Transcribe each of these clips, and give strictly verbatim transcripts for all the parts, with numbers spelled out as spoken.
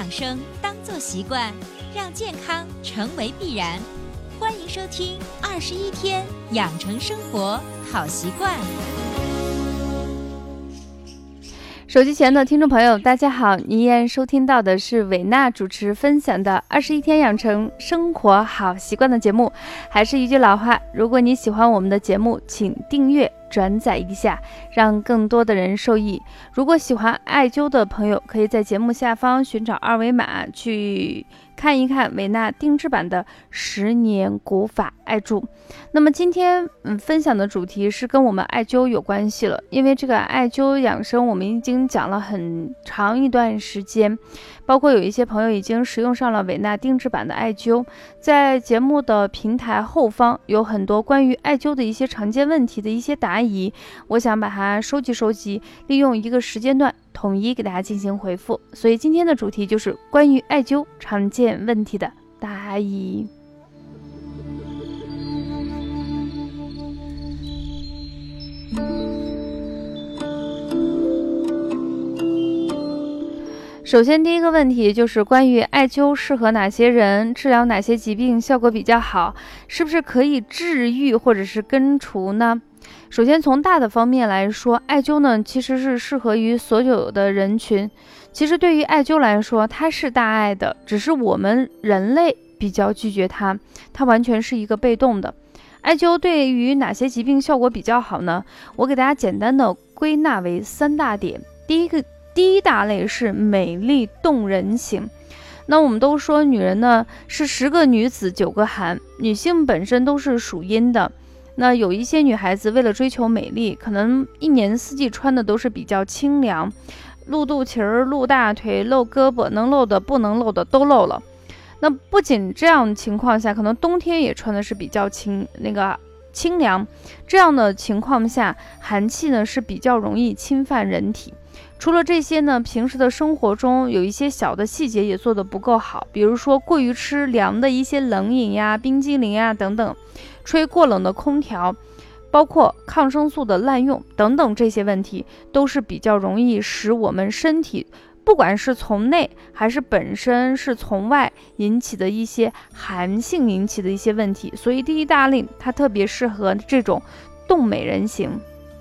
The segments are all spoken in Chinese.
养生当作习惯，让健康成为必然。欢迎收听二十一天养成生活好习惯。 手机前的听众朋友大家好，你依然收听到的是伟娜主持分享的二十一天养成生活好习惯的节目。还是一句老话，如果你喜欢我们的节目，请订阅转载一下，让更多的人受益。如果喜欢艾灸的朋友，可以在节目下方寻找二维码去看一看伟娜定制版的十年古法艾灸。那么今天嗯分享的主题是跟我们艾灸有关系了，因为这个艾灸养生我们已经讲了很长一段时间，包括有一些朋友已经使用上了伟娜定制版的艾灸。在节目的平台后方有很多关于艾灸的一些常见问题的一些答疑，我想把它收集收集，利用一个时间段统一给大家进行回复。所以今天的主题就是关于艾灸常见问题的答疑。首先第一个问题就是关于艾灸适合哪些人，治疗哪些疾病效果比较好，是不是可以治愈或者是根除呢？首先从大的方面来说，艾灸呢其实是适合于所有的人群。其实对于艾灸来说，它是大爱的，只是我们人类比较拒绝它，它完全是一个被动的。艾灸对于哪些疾病效果比较好呢？我给大家简单的归纳为三大点。第一个第一大类是美丽动人型。那我们都说女人呢是十个女子九个寒，女性本身都是属阴的。那有一些女孩子为了追求美丽，可能一年四季穿的都是比较清凉，露肚脐儿、露大腿、露胳膊，能露的不能露的都露了。那不仅这样情况下，可能冬天也穿的是比较清那个清凉，这样的情况下，寒气呢是比较容易侵犯人体。除了这些呢，平时的生活中有一些小的细节也做得不够好，比如说过于吃凉的一些冷饮呀、冰激凌呀等等，吹过冷的空调，包括抗生素的滥用等等，这些问题都是比较容易使我们身体不管是从内还是本身是从外引起的一些寒性引起的一些问题。所以第一大类它特别适合这种动美人型。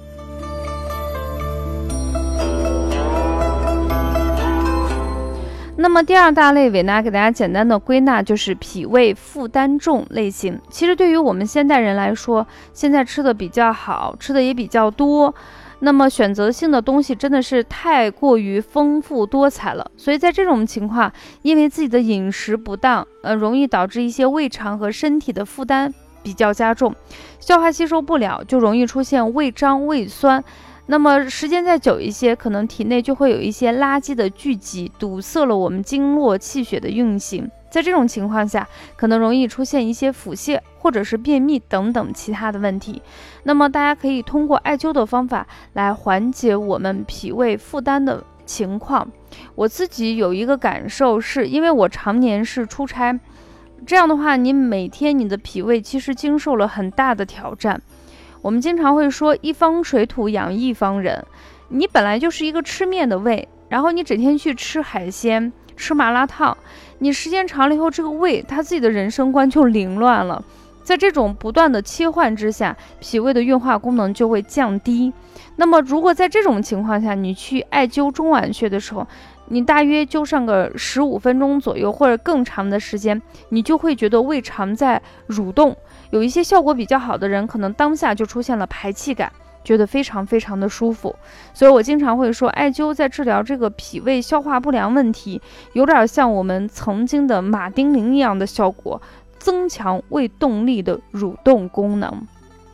那么第二大类伟娜给大家简单的归纳，就是脾胃负担重类型。其实对于我们现代人来说，现在吃的比较好，吃的也比较多，那么选择性的东西真的是太过于丰富多彩了。所以在这种情况，因为自己的饮食不当，呃，容易导致一些胃肠和身体的负担比较加重，消化吸收不了，就容易出现胃胀胃酸。那么时间再久一些，可能体内就会有一些垃圾的聚集，堵塞了我们经络气血的运行。在这种情况下，可能容易出现一些腹泻或者是便秘等等其他的问题。那么大家可以通过艾灸的方法来缓解我们脾胃负担的情况。我自己有一个感受，是因为我常年是出差，这样的话你每天你的脾胃其实经受了很大的挑战。我们经常会说一方水土养一方人，你本来就是一个吃面的胃，然后你整天去吃海鲜吃麻辣烫，你时间长了以后，这个胃他自己的人生观就凌乱了。在这种不断的切换之下，脾胃的运化功能就会降低。那么如果在这种情况下，你去艾灸中脘穴的时候，你大约灸上个十五分钟左右或者更长的时间，你就会觉得胃肠在蠕动。有一些效果比较好的人，可能当下就出现了排气感，觉得非常非常的舒服。所以我经常会说，艾灸在治疗这个脾胃消化不良问题，有点像我们曾经的马丁啉一样的效果，增强胃动力的蠕动功能。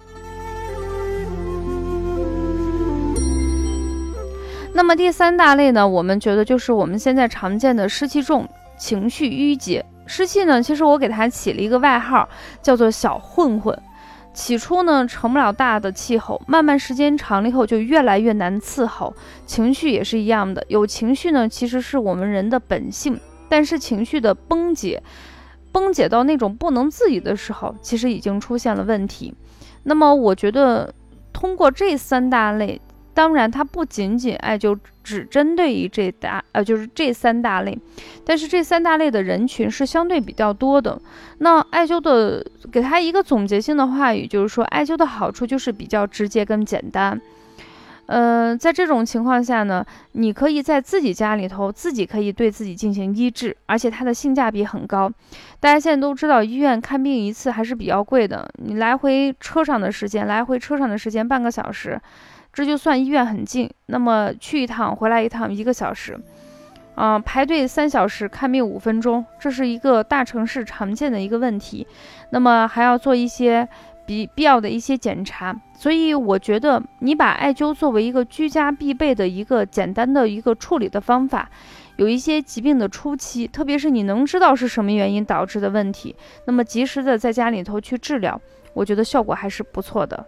那么第三大类呢，我们觉得就是我们现在常见的湿气重、情绪郁结。湿气呢，其实我给它起了一个外号，叫做小混混。起初呢，成不了大的气候，慢慢时间长了以后，就越来越难伺候。情绪也是一样的，有情绪呢，其实是我们人的本性，但是情绪的崩解，崩解到那种不能自已的时候，其实已经出现了问题。那么我觉得通过这三大类当然它不仅仅艾灸只针对于这大呃就是这三大类，但是这三大类的人群是相对比较多的。那艾灸的给它一个总结性的话语，就是说艾灸的好处就是比较直接跟简单。呃，在这种情况下呢，你可以在自己家里头，自己可以对自己进行医治，而且它的性价比很高。大家现在都知道，医院看病一次还是比较贵的，你来回车上的时间，来回车上的时间半个小时，这就算医院很近。那么去一趟回来一趟一个小时，啊、呃，排队三小时，看病五分钟，这是一个大城市常见的一个问题。那么还要做一些必必要的一些检查，所以我觉得你把艾灸作为一个居家必备的一个简单的一个处理的方法，有一些疾病的初期，特别是你能知道是什么原因导致的问题，那么及时的在家里头去治疗，我觉得效果还是不错的。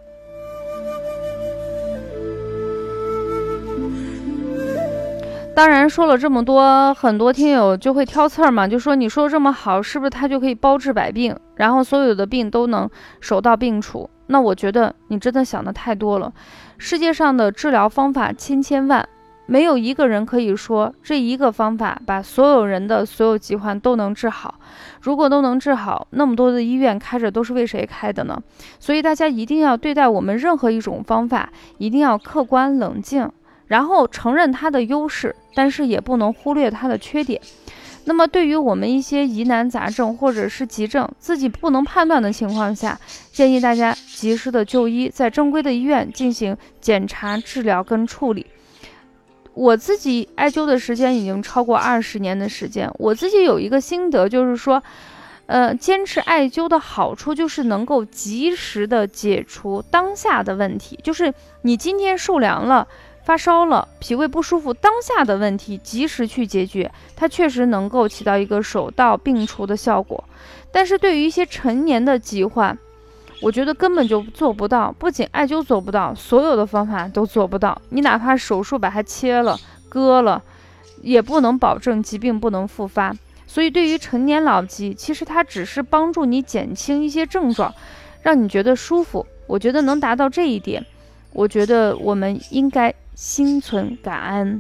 当然说了这么多，很多听友就会挑刺儿嘛，就说你说这么好，是不是它就可以包治百病，然后所有的病都能手到病除？那我觉得你真的想的太多了。世界上的治疗方法千千万，没有一个人可以说这一个方法把所有人的所有疾患都能治好。如果都能治好，那么多的医院开着都是为谁开的呢？所以大家一定要对待我们任何一种方法，一定要客观冷静，然后承认它的优势，但是也不能忽略它的缺点。那么对于我们一些疑难杂症或者是急症，自己不能判断的情况下，建议大家及时的就医，在正规的医院进行检查、治疗跟处理。我自己艾灸的时间已经超过二十年的时间，我自己有一个心得，就是说呃，坚持艾灸的好处就是能够及时的解除当下的问题，就是你今天受凉了，发烧了，脾胃不舒服，当下的问题及时去解决，它确实能够起到一个手到病除的效果。但是对于一些成年的疾患，我觉得根本就做不到，不仅艾灸做不到，所有的方法都做不到。你哪怕手术把它切了、割了，也不能保证疾病不能复发。所以对于成年老疾，其实它只是帮助你减轻一些症状，让你觉得舒服。我觉得能达到这一点，我觉得我们应该心存感恩。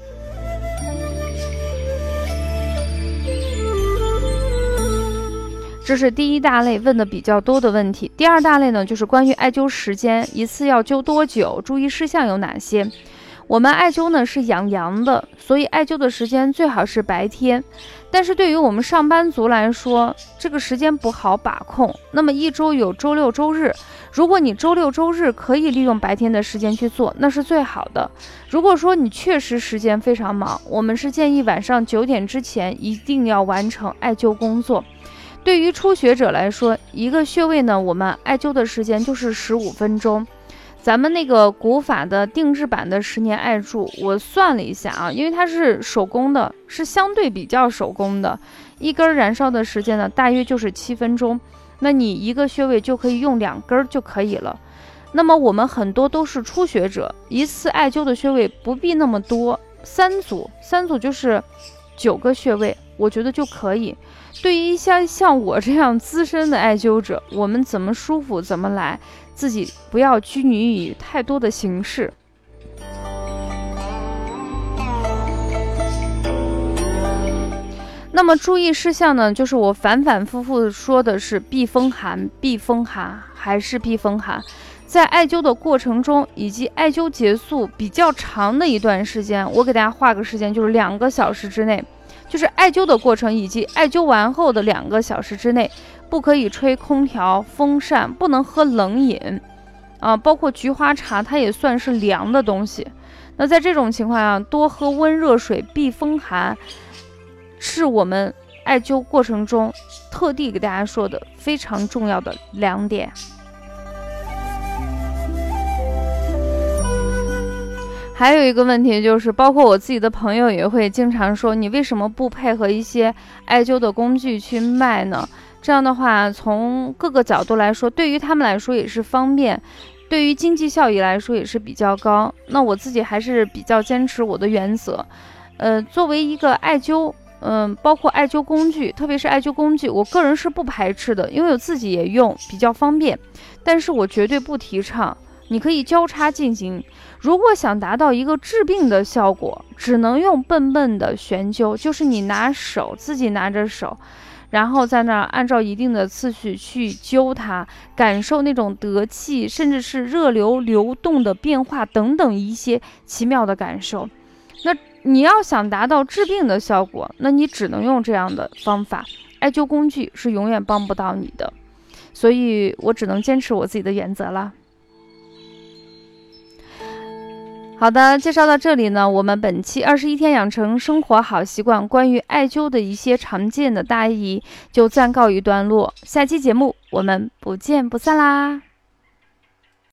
这是第一大类问的比较多的问题。第二大类呢，就是关于艾灸时间，一次要灸多久，注意事项有哪些。我们艾灸呢是养阳的，所以艾灸的时间最好是白天。但是对于我们上班族来说，这个时间不好把控。那么一周有周六周日，如果你周六周日可以利用白天的时间去做，那是最好的。如果说你确实时间非常忙，我们是建议晚上九点之前一定要完成艾灸工作。对于初学者来说，一个穴位呢，我们艾灸的时间就是十五分钟。咱们那个古法的定制版的十年艾柱，我算了一下啊，因为它是手工的，是相对比较手工的，一根燃烧的时间呢，大约就是七分钟。那你一个穴位就可以用两根就可以了。那么我们很多都是初学者，一次艾灸的穴位不必那么多，三组，三组就是九个穴位，我觉得就可以。对于像像我这样资深的艾灸者，我们怎么舒服怎么来，自己不要拘泥于太多的形式。那么注意事项呢，就是我反反复复说的是避风寒，避风寒还是避风寒。在艾灸的过程中，以及艾灸结束比较长的一段时间，我给大家画个时间，就是两个小时之内，就是艾灸的过程以及艾灸完后的两个小时之内，不可以吹空调、风扇，不能喝冷饮，啊，包括菊花茶，它也算是凉的东西。那在这种情况下，多喝温热水，避风寒，是我们艾灸过程中特地给大家说的非常重要的两点。还有一个问题就是，包括我自己的朋友也会经常说，你为什么不配合一些艾灸的工具去卖呢？这样的话，从各个角度来说，对于他们来说也是方便，对于经济效益来说也是比较高。那我自己还是比较坚持我的原则，呃，作为一个艾灸，嗯、呃，包括艾灸工具，特别是艾灸工具，我个人是不排斥的，因为我自己也用，比较方便。但是我绝对不提倡，你可以交叉进行。 如果想达到一个治病的效果，只能用笨笨的悬灸，就是你拿手自己拿着手，然后在那儿按照一定的次序去灸它，感受那种得气，甚至是热流流动的变化等等一些奇妙的感受。那你要想达到治病的效果，那你只能用这样的方法，艾灸工具是永远帮不到你的，所以我只能坚持我自己的原则了。好的，介绍到这里呢，我们本期二十一天养成生活好习惯关于艾灸的一些常见的大意就暂告一段落，下期节目我们不见不散啦。